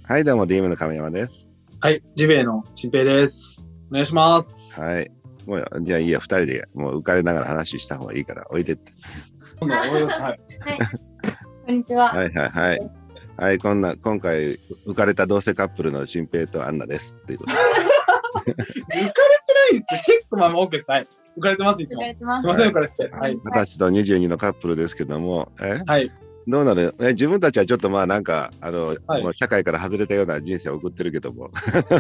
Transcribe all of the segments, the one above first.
はい、どうも DM の亀山です。 はい、ジベイの新平です。お願いします。 はい。もうじゃあいいや、2人でもう浮かれながら話した方がいいから、おいでって。 今度ははい。 はい。こんにちは。 はいはいはい。はい、今回浮かれた同性カップルの新平とアンナですっていうことで。 浮かれてないですよ。結構まあ多くです。はい。浮かれてます、いつも。すいません、浮かれてて。はい。 私と22のカップルですけども、 はい。 どうなる？自分たちはちょっとまあなんかはい、 もう社会から外れたような人生を送ってるけども。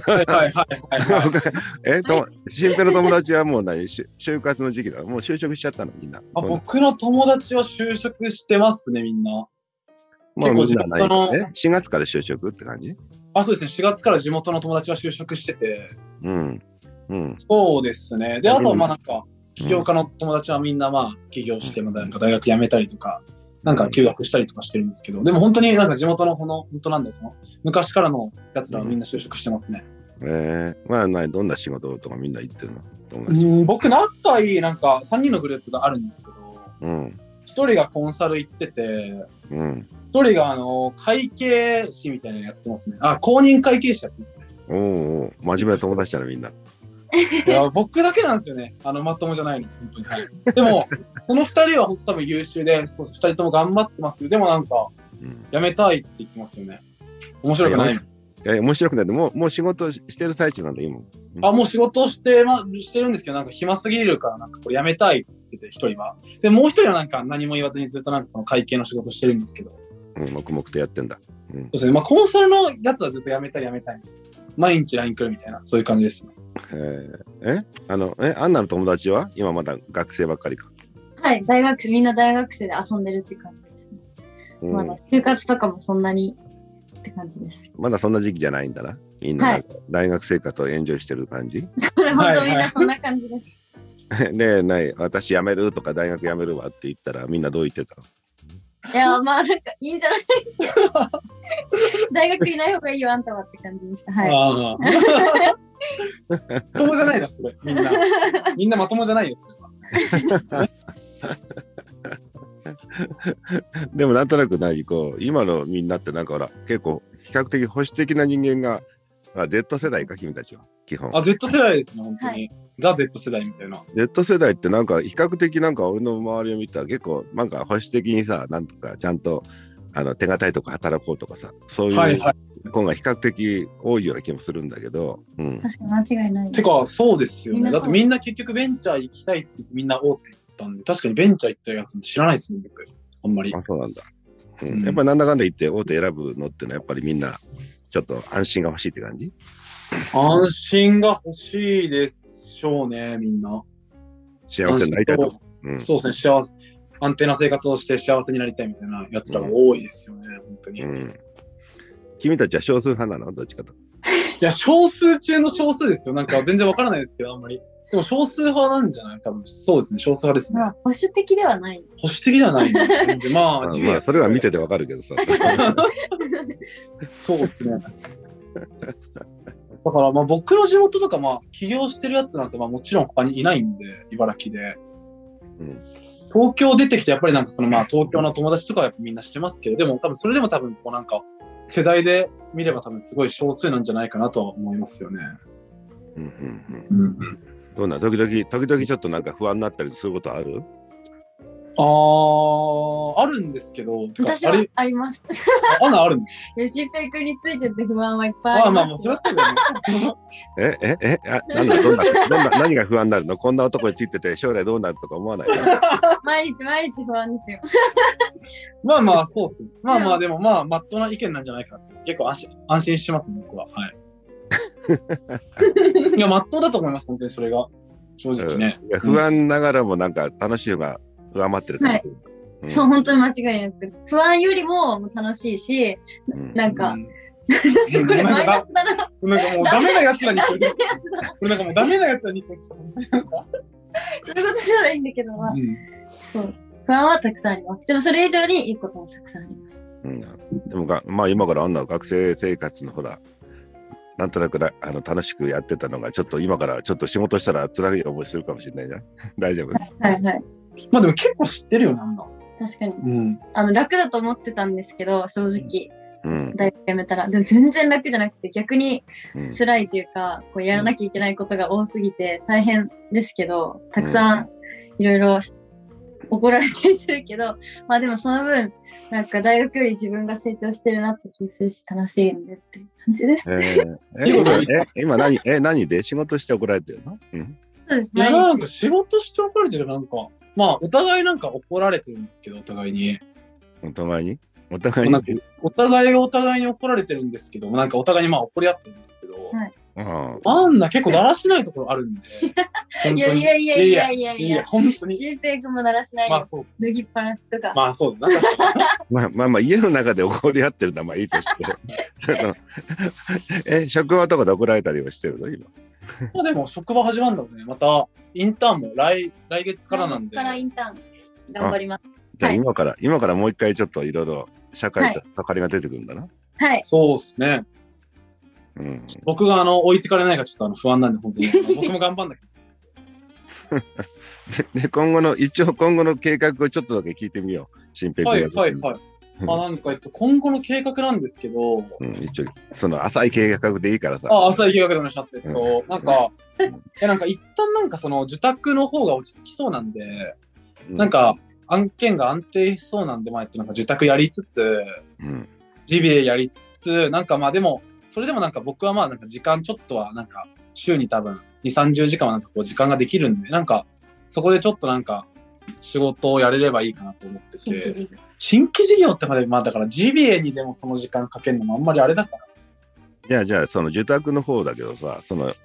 新平の友達はもう就活の時期だ。もう就職しちゃったのみんな。 僕の友達は就職してますね、みんな。 もうみんなない4月から就職って感じ？ そうですね。4月から地元の友達は就職してて。 うん。 そうですね。で、あとはまあなんか、起業家の友達はみんなまあ起業して、なんか大学辞めたりとか、なんか休学したりとかしてるんですけど、でも本当になんか地元の本当なんですよ。昔からのやつらはみんな就職してますね。 まあどんな仕事とかみんな言ってるの？ 僕仲いいなんか3人のグループがあるんですけど、1人がコンサル行ってて、1人が会計士みたいなのやってますね。公認会計士やってますね。 真面目な友達だなみんな。 いや僕だけなんですよね。まともじゃないの本当に。はい、でもその2人は本当多分優秀で、2人とも頑張ってますけど、でもなんか、辞めたいって言ってますよね。面白くない。 いや面白くない。もう仕事してる最中なんだ今。 もう仕事してるんですけど、なんか暇すぎるからなんかこれ辞めたいって言ってて、1人は。でもう1人はなんか何も言わずにずっとなんかその会計の仕事してるんですけど。 黙々とやってんだ。 そうですね。まあコンサルのやつはずっと辞めたい。毎日 LINE 来るみたいな、そういう感じですね。 アンナの友達は今まだ学生ばっかりか？ はい、みんな大学生で遊んでるって感じですね。まだ就活とかもそんなにって感じです。 まだそんな時期じゃないんだな。みんな大学生活をエンジョイしてる感じ？ 本当みんなそんな感じです。 で、私辞めるとか大学辞めるわって言ったらみんなどう言ってたの？ いや、まあなんかいいんじゃない大学いない方がいいよあんたはって感じでした。はい。 まともじゃないな、それ。みんなまともじゃないです。 でもなんとなく今のみんなってなんかほら結構比較的保守的な人間がZ 世代か君たちは基本。 Z 世代ですね本当に。はい、ザ Z 世代みたいな。 Z 世代ってなんか比較的なんか俺の周りを見たら結構なんか保守的にさ、なんとかちゃんと手堅いとか働こうとかさ、そういう子が比較的多いような気もするんだけど。 確かに間違いない。 てかそうですよね。だってみんな結局ベンチャー行きたいって言ってみんな大手行ったんで、確かにベンチャー行ったやつ知らないですね僕あんまり。 そうなんだ。やっぱりなんだかんだ言って大手選ぶのってのはやっぱりみんなちょっと安心が欲しいって感じ？ 安心が欲しいでしょうね、みんな。 幸せになりたいと。 そうですね、安定な生活をして幸せになりたいみたいなやつらが多いですよね、本当に。 君たちは少数派なの？どっちかと。 いや、少数中の少数ですよ。なんか全然わからないですけど、あんまり。でも少数派なんじゃない？多分そうですね、少数派ですね。 まあ、保守的ではない。 保守的ではない、ね。まあ、 それは見ててわかるけどさ。 そうですね。だからまあ僕の地元とか起業してるやつなんてもちろん他にいないんで、茨城で。東京出てきてやっぱりなんか東京の友達とかはやっぱみんなしてますけど、でもそれでも多分なんか世代で見れば多分すごい少数なんじゃないかなとは思いますよね。 どうな時々ちょっとなんか不安になったりすることある？ あるんですけど。 私はあります。 あるんです。新平君についてて不安はいっぱいあります。 それはそうだね。何が不安になるの？こんな男についてて将来どうなるとか思わない？ 毎日不安ですよ。 そうですね。でもまっとうな意見なんじゃないかなと。結構安心してますね、僕は。はい。いや、まっとうだと思います、本当にそれが。正直ね。 不安ながらもなんか楽しいが上回ってる。 はい。そう、本当に間違いなく。不安よりも楽しいし、なんか、これマイナスだな。 なんかもうダメなやつらにこれなんかもうダメなやつらにそういうことじゃないんだけど、そう。不安はたくさんあります。でもそれ以上にいいこともたくさんあります。 でも今から学生生活のほら、なんとなく楽しくやってたのがちょっと今からちょっと仕事したら辛い思いするかもしれないじゃん。大丈夫？ はいはい。 でも結構知ってるよなんだ。 確かに。楽だと思ってたんですけど、正直。 大学辞めたら。でも全然楽じゃなくて、逆に辛いというか、こうやらなきゃいけないことが多すぎて大変ですけど、たくさんいろいろ怒られたりするけど、まあでもその分、なんか大学より自分が成長してるなって気するし、楽しいんでって感じです。 今何で仕事して怒られてるの？ そうですね。いや、なんか仕事して怒られてる、なんか、まあお互いなんか怒られてるんですけど、お互いに。 お互いにお互いにお互いがお互いに怒られてるんですけど、なんかお互いにまあ怒り合ってるんですけど、はい、あんな結構だらしないところあるんで。 いや、 本当に。 シンペイ君もだらしない。まあそう。脱ぎっぱなしとか。 まあそうだ。 まあ家の中で怒り合ってるのはまあいいとして。職場とかで怒られたりはしてるの今。 まあでも職場始まるんだもんね。またインターンも来月からなんで。 来月からインターン頑張ります。 じゃあ今からもう一回ちょっといろいろ社会と関わりが出てくるんだな。 はい。 そうですね。僕が置いてかれないかちょっと不安なんで本当に僕も頑張んなきゃ。 で今後の計画をちょっとだけ聞いてみよう。新平君が。 はい。なんか今後の計画なんですけど、 一応その浅い計画でいいからさ。 浅い計画でお願いします。なんか一旦なんかその受託の方が落ち着きそうなんで、なんか案件が安定しそうなんで、なんか受託やりつつ、ジビエやりつつ、なんかまあでもそれでもなんか僕はまあなんか時間ちょっとはなんか週に多分2、30時間はなんかこう時間ができるんで、なんかそこでちょっとなんか仕事をやれればいいかなと思ってて。新規事業ってまあだからジビエにでもその時間かけるのもあんまりあれだから。 じゃあその受託の方だけどさ、その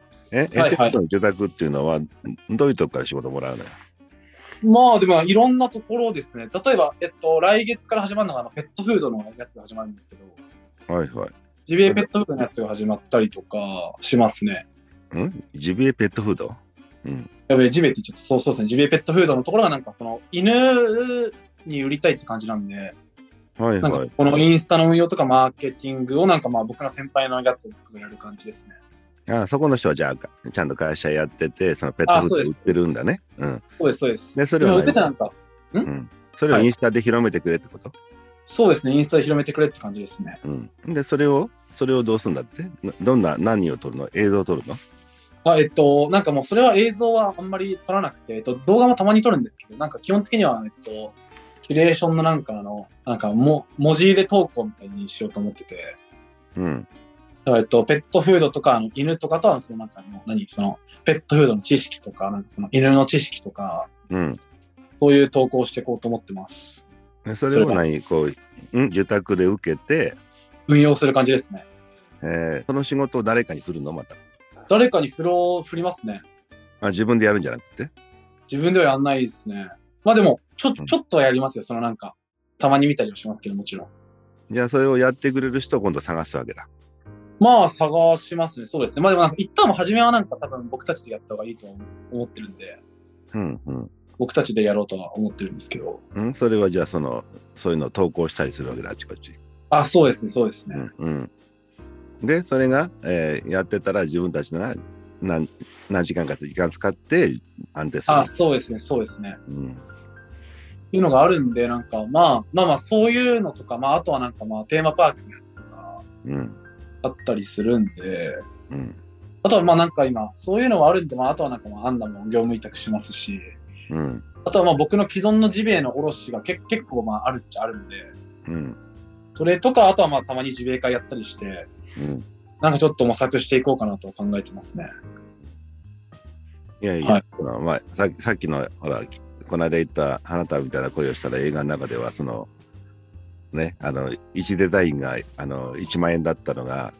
SF の受託っていうのはどういうとこから仕事もらうのよ。 まあでもいろんなところですね。例えば来月から始まるのがペットフードのやつが始まるんですけど。ジビエペットフードのやつが始まったりとかしますね。 ジビエペットフード？ やべえ、ジビエって言っちゃった。そうですね。ジビエペットフードのところがなんかその犬に売りたいって感じなんで、なんかこのインスタの運用とかマーケティングをなんかまあ僕の先輩のやつをやる感じですね。 そこの人はじゃあちゃんと会社やってて、そのペットフード売ってるんだね。 そうです。 でそれをそれをインスタで広めてくれってこと？ そうですね。インスタで広めてくれって感じですね。 でそれをどうするんだって？何を撮るの？映像を撮るの？ なんかもうそれは映像はあんまり撮らなくて、動画もたまに撮るんですけど、なんか基本的にはキュレーションのなんか文字入れ投稿みたいにしようと思ってて、ペットフードとか犬とかとはそのなんかそのペットフードの知識とか、なんかその犬の知識とか、そういう投稿をしていこうと思ってます。 それを受託で受けて運用する感じですね。 その仕事を誰かに振るの？また誰かに振りますね。 自分でやるんじゃなくて？ 自分ではやんないですね。まあでもちょっとはやりますよ。そのなんかたまに見たりはしますけど、もちろん。 じゃあそれをやってくれる人を今度探すわけだ。 まあ探しますね。そうですね。まあでもなんか一旦も初めはなんか多分僕たちでやった方がいいと思ってるんで、僕たちでやろうとは思ってるんですけど。 それはじゃあそういうのを投稿したりするわけだ、あちこち。 そうですね。 でそれが、やってたら自分たちが何時間か時間使って安定する。 そうですね。っていうのがあるんで、なんかまあそういうのとか、あとはなんかテーマパークのやつとかあったりするんで、あとはなんか今そういうのはあるんで、あとはなんかアンナも業務委託しますし、あとは僕の既存のジビエの卸が結構あるっちゃあるんで、それとか、あとはたまにジビエ会やったりして、なんかちょっと模索していこうかなと考えてますね。 いや、さっきのほらこの間言った花束みたいな恋をしたら映画の中ではそのね1デザインが1万円だったのが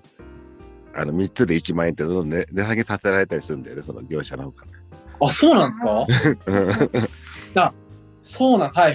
3つで1万円ってどんどん値下げさせられたりするんだよね、その業者の方から。 そうなんですか？そうなん、はい。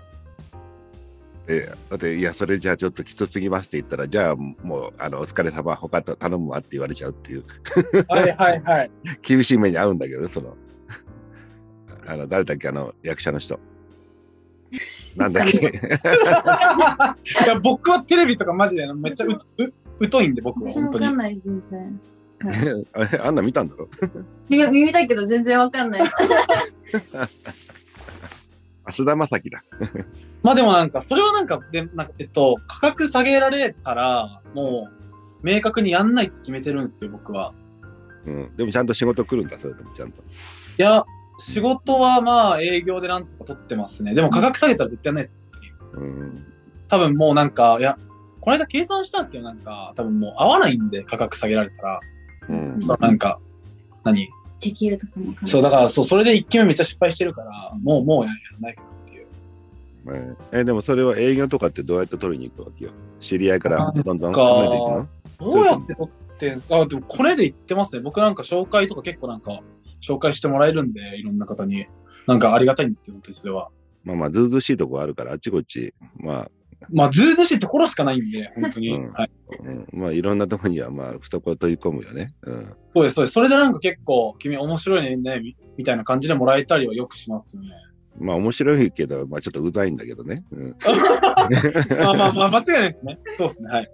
いやそれじゃあちょっときつすぎますって言ったら、じゃあもうお疲れ様他と頼むわって言われちゃうっていうはい厳しい目に遭うんだけど、その誰だっけ役者の人なんだっけいや僕はテレビとかマジでめっちゃ疎いんで、僕は本当に。 わかんない全然。 あんな見たんだろ？ 見たけど全然わかんない。 菅田将暉だ。 まあでもなんか、それはなんか、価格下げられたら、もう、明確にやんないって決めてるんですよ、僕は。 うん。でもちゃんと仕事来るんだ、それでもちゃんと。いや、仕事はまあ営業でなんとか取ってますね。でも価格下げたら絶対やんないです。 うん。 多分もうなんか、いや、この間計算したんですけど、なんか、多分もう合わないんで、価格下げられたら。 うん。 そう、なんか、 時給とかもそう、だからそう、それで1期目めっちゃ失敗してるから、もうやらないかなっていう。 でもそれは営業とかってどうやって取りに行くわけよ。知り合いからどんどんどめていくの？ うやって取ってんすか？でもこれで行ってますね。僕なんか紹介とか結構なんか紹介してもらえるんで、いろんな方に。なんかありがたいんですけど、本当にそれは。 まあ、ずうずうしいとこあるから、あっちこっち、 まあ、ずうずうしいところしかないんで、本当に。はい。 まあ、いろんなところには、まあ、懐取り込むよね。 そうです、そうです。それでなんか結構、君面白いね、みたいな感じでもらえたりはよくしますよね。 まあ、面白いけど、まあ、ちょっとうざいんだけどね。 まあ、間違いないですね。そうですね、はい。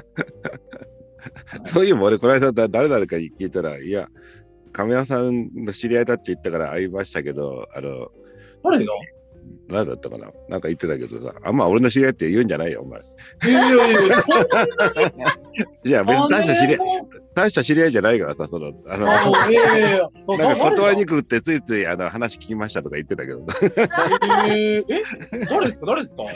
そういうも俺、この間誰々かに聞いたら、いや、亀山さんの知り合いだって言ったから会いましたけど、 誰だ誰だったかな、なんか言ってたけどさ、あんま俺の知り合いって言うんじゃないよ、お前。いや、別に大した知り合いじゃないからさ、なんか断りにくくってついつい話聞きましたとか言ってたけど。 誰ですか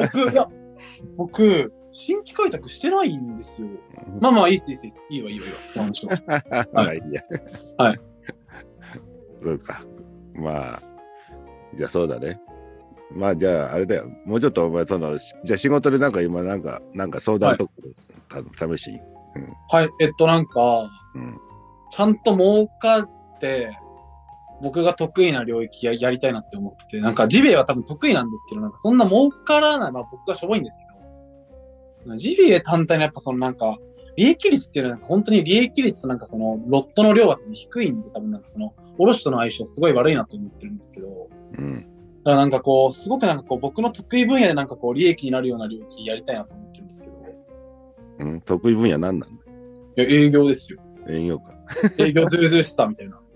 僕、新規開拓してないんですよ。まあ、いいっす。いいわ。その話は。 はい。 はい。 そうか。まあ、じゃあそうだね。まあじゃああれだよ。もうちょっとお前じゃあ仕事でなんか今なんか相談とか試し。 はい、なんか、ちゃんと儲かって僕が得意な領域やりたいなって思ってて、なんかジビエは多分得意なんですけど、なんかそんな儲からない、まあ僕がしょぼいんですけど、ジビエ単体のやっぱなんか利益率っていうのはなんか本当に利益率となんかロットの量が低いんで、多分なんか卸との相性すごい悪いなと思ってるんですけど、だからなんかすごくなんか僕の得意分野でなんか利益になるような領域やりたいなと思ってるんですけど。 得意分野何なんだ？ いや、営業ですよ。 営業か。 営業ずるずるしさみたいな。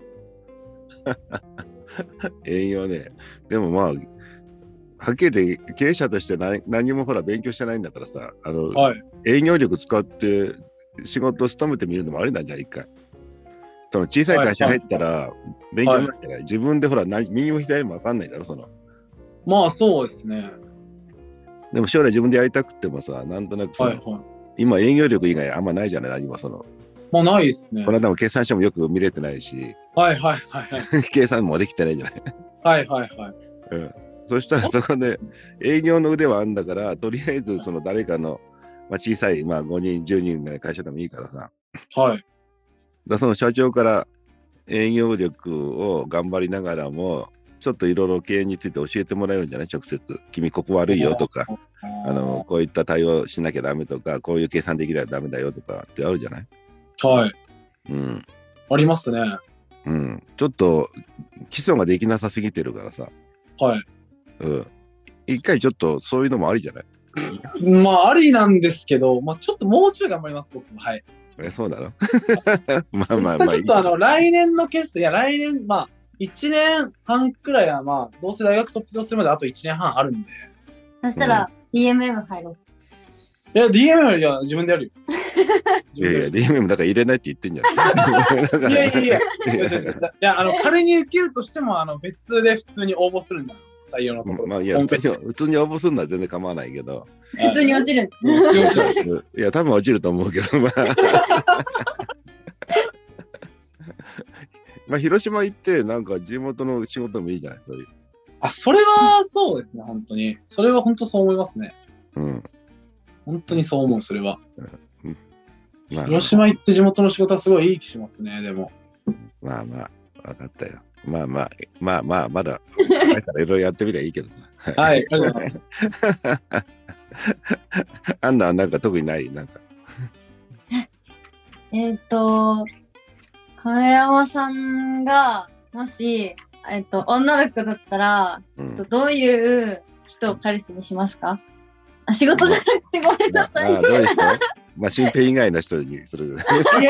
営業ね。でもまあ、はっきり言って経営者として何もほら勉強してないんだからさ、営業力使って仕事を務めてみるのもありなんじゃない？一回。小さい会社入ったら勉強になってない。自分でほら右も左も分かんないだろ、 まあそうですね。 でも将来自分でやりたくてもさ、なんとなく今営業力以外あんまないじゃない、何もまあないですね。 この間も決算書もよく見れてないし、計算もできてないじゃない。そしたらそこで営業の腕はあんだから、とりあえず誰かの、小さい、5人、10人ぐらい会社でもいいからさ。その社長から営業力を頑張りながらも、ちょっといろいろ経営について教えてもらえるんじゃない？直接。君ここ悪いよとか、こういった対応しなきゃダメとか、こういう計算できればダメだよとかってあるじゃない？ ありますね。 ちょっと基礎ができなさすぎてるからさ。一回ちょっとそういうのもありじゃない？ まあありなんですけど、ちょっともうちょい頑張ります、僕も。 そうだろ。 ちょっと来年の決算、来年、1年半くらいはどうせ大学卒業するまであと1年半あるんで。 そしたら DMM 入ろう。 いや、DMM 自分でやるよ。 いや、DMM だから入れないって言ってんじゃん。 いや、仮に受けるとしても、別で普通に応募するんだ。採用のところ。 いや、普通に応募するのは全然構わないけど。 普通に落ちる。 いや、多分落ちると思うけど、広島行って、なんか地元の仕事もいいじゃない、そういう。 それはそうですね、本当に。それは本当そう思いますね。本当にそう思う、それは。広島行って地元の仕事はすごいいい気しますね、でも。 分かったよ。まだ、いろいろやってみりゃいいけどさ。ありがとうございます。 あんな、なんか特にない？なんか。 亀山さんが、もし、女の子だったら、どういう人を彼氏にしますか？仕事じゃなくてごめんなさい。 どういう人？新平以外の人にする。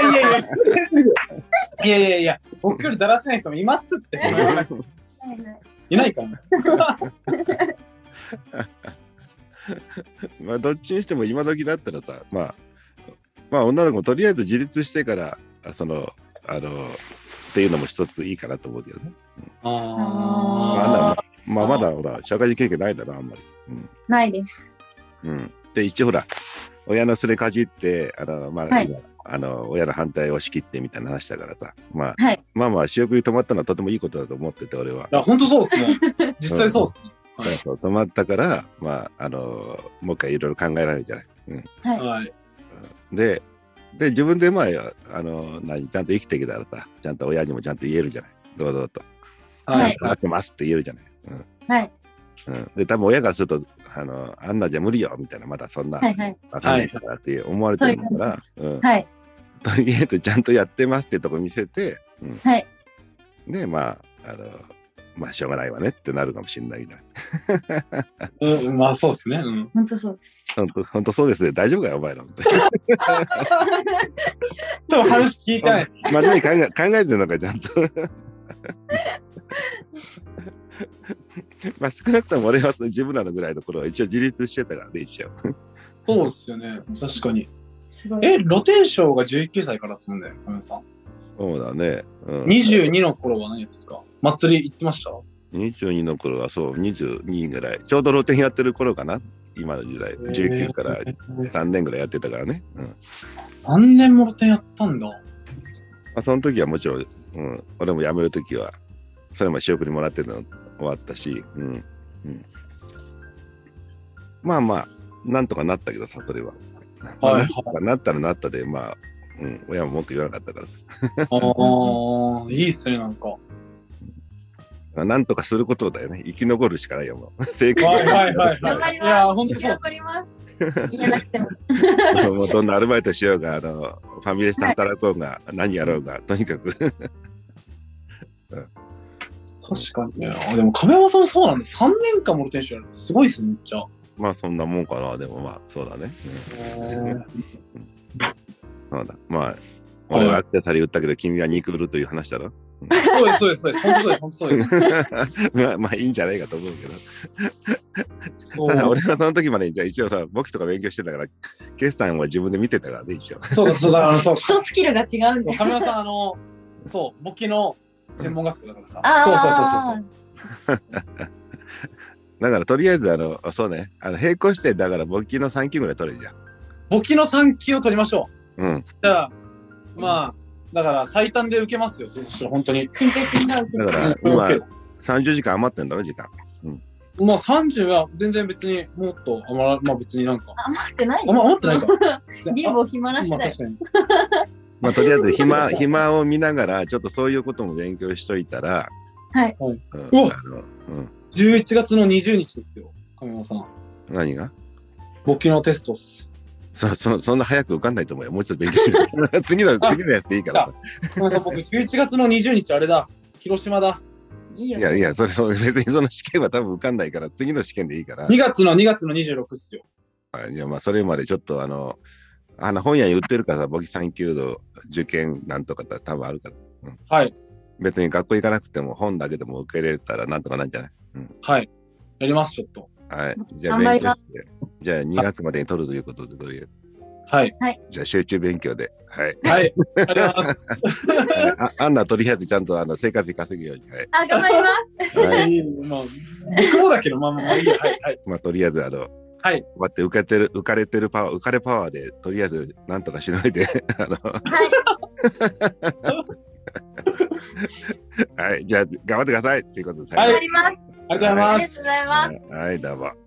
いや、僕よりだらしない人もいますって。いないかな。 まあどっちにしても今時だったらさ、まあ女の子もとりあえず自立してからっていうのも一ついいかなと思うけどね。まだほら社会人経験ないだろあんまり。 ないです。 で一応ほら親のすれかじって親の反対を仕切ってみたいな話だからさ、まあ仕送り止まったのはとてもいいことだと思ってて俺は。 本当そうですね。実際そうですね。 そう止まったからもう一回いろいろ考えられるじゃない。で自分でちゃんと生きてきたらさ、ちゃんと親にもちゃんと言えるじゃない。堂々と。止まってますって言えるじゃない。で多分親からするとあんなじゃ無理よみたいな、まだそんな分かんないからって思われてるから、とりあえずちゃんとやってますってとこ見せて、でまあしょうがないわねってなるかもしれないじゃまあそうですね。 本当そうです。 本当そうですね。大丈夫かよお前ら。 でも話聞いてない。 真面目に考えてるのかちゃんと。まあ少なくとも俺は自分らのぐらいの頃は一応自立してたからね一応。 そうですよね。確かに。露天商が19歳からですもんね、亀さん。 そうだね。 22の頃は何やつですか？祭り行ってました？22 の頃はそう、22ぐらい。ちょうど露天やってる頃かな。今の時代。19から3年ぐらいやってたからね。 何年も露天やったんだ。 その時はもちろん、俺も辞める時は、それも仕送りもらってたの終わったし、まあ、なんとかなったけどさ、それは。なったらなったで、親も文句言わなかったから。 いいっすね、なんか。 なんとかすることだよね。生き残るしかないよ、もう。正解。頑張ります。いや、本当に頑張ります。言えなくても。 もうどんなアルバイトしようが、ファミレスで働こうが、何やろうが、とにかく。 確かにね。でも、亀山さんそうなんだ。3年間も露天商やるのすごいっすね、めっちゃ。 まあ、そんなもんかな。でもそうだね。そうだ。俺はアクセサリー売ったけど、君は肉売るという話だろ。 そうです。本当そうです。 まあいいんじゃないかと思うけど。ただ俺はその時までじゃあ一応さ、簿記とか勉強してたから、決算は自分で見てたからね、一応。 そう。 スキルが違うんで。 亀山さん、簿記の専門学校だからさ。 そう。 だからとりあえずそうね、並行してだから簿記の3級ぐらい取れるじゃん。 簿記の3級を取りましょう。 じゃあ、だから最短で受けますよ、本当に。 真剣にだから今30時間余ってんだろ、時間。 もう30は全然別にもっと別になんか。 余ってない余ってないか。 貧乏暇なしだよ。 確かに。 とりあえず暇を見ながらちょっとそういうことも勉強しといたら。 11月の20日ですよ、亀山さん。 何が？ 簿記のテストっす。 そんな早く受かんないと思うよ。もうちょっと勉強してる。次のやっていいから。 亀山さん、僕11月の20日あれだ。広島だ。 いいや、別にその試験は多分受かんないから、次の試験でいいから。 2月の26っすよ。 いや、それまでちょっと本屋に売ってるからさ、簿記3級の受験なんとか多分あるから。別に学校行かなくても本だけでも受け入れたらなんとかなんじゃない？ やります、ちょっと。 じゃあ勉強して。じゃあ2月までに取るということで、どういう。じゃあ集中勉強で。 ありがとうございます。 アンナとりあえずちゃんと生活費稼ぐように。 頑張ります。 僕もだけど、いいや。 とりあえず待って浮かれパワーでとりあえずなんとかしないで。じゃあ頑張ってくださいっていうことで。 頑張ります。 ありがとうございます。 ありがとうございます。 どうも。